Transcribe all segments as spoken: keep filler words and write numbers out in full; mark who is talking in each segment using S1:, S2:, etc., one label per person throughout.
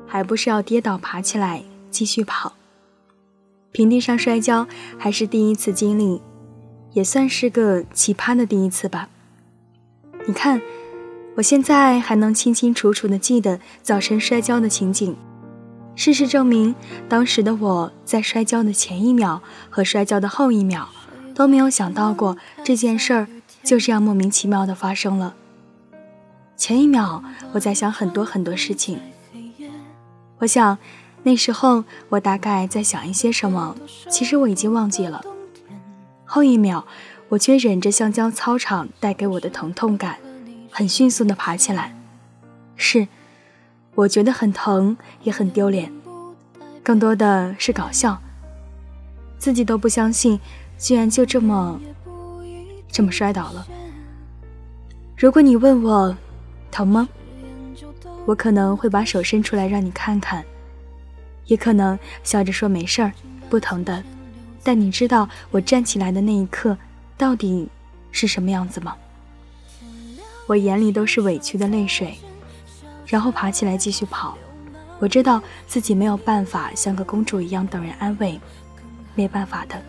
S1: 还不是要跌倒爬起来继续跑。平地上摔跤还是第一次经历，也算是个奇葩的第一次吧。你看，我现在还能清清楚楚地记得早晨摔跤的情景。事实证明，当时的我在摔跤的前一秒和摔跤的后一秒都没有想到过这件事儿就这样莫名其妙地发生了。前一秒我在想很多很多事情，我想那时候我大概在想一些什么，其实我已经忘记了。后一秒我却忍着橡胶操场带给我的疼痛感，很迅速地爬起来。是，我觉得很疼也很丢脸，更多的是搞笑，自己都不相信居然就这么这么摔倒了。如果你问我疼吗，我可能会把手伸出来让你看看，也可能笑着说没事儿，不疼的。但你知道我站起来的那一刻到底是什么样子吗？我眼里都是委屈的泪水，然后爬起来继续跑。我知道自己没有办法像个公主一样等人安慰，没办法的。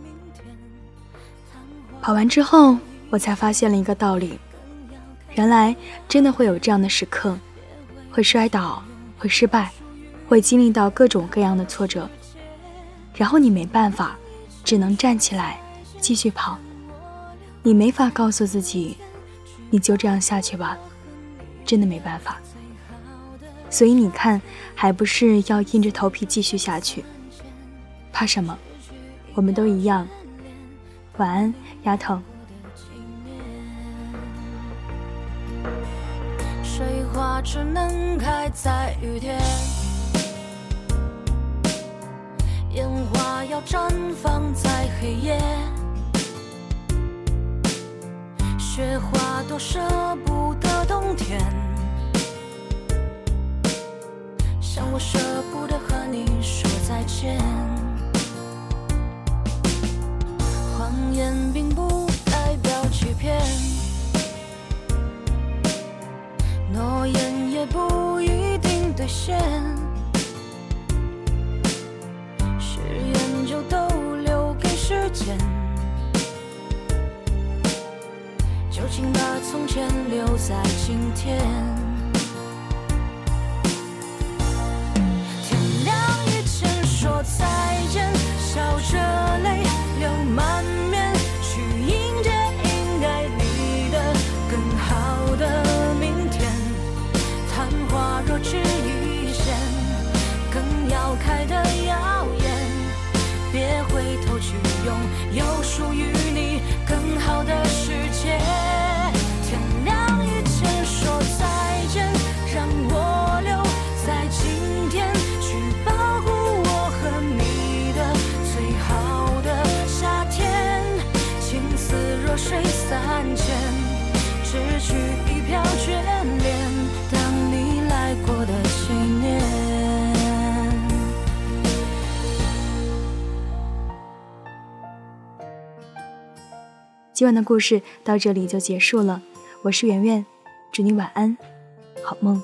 S1: 跑完之后，我才发现了一个道理，原来真的会有这样的时刻，会摔倒，会失败，会经历到各种各样的挫折，然后你没办法，只能站起来继续跑。你没法告诉自己你就这样下去吧，真的没办法。所以你看，还不是要硬着头皮继续下去，怕什么？我们都一样。晚安，丫头。
S2: 水花只能开在雨天，烟花要绽放在黑夜，雪花多舍不得冬天，像我舍不得和你说再见。谎言并不代表欺骗，诺言也不一定兑现，誓言就都留给时间，就请把从前留在今天。天亮以前说再见，笑着泪流满面，去迎接应该你的更好的明天。昙花若只一现，更要开得耀眼，别回头去拥有属于你更好的世界。天亮以前说再见，让我留在今天，去保护我和你的最好的夏天。情丝若水三千，只取一瓢眷恋，当你来过的纪念。
S1: 今晚的故事到这里就结束了，我是圆圆，祝你晚安，好梦。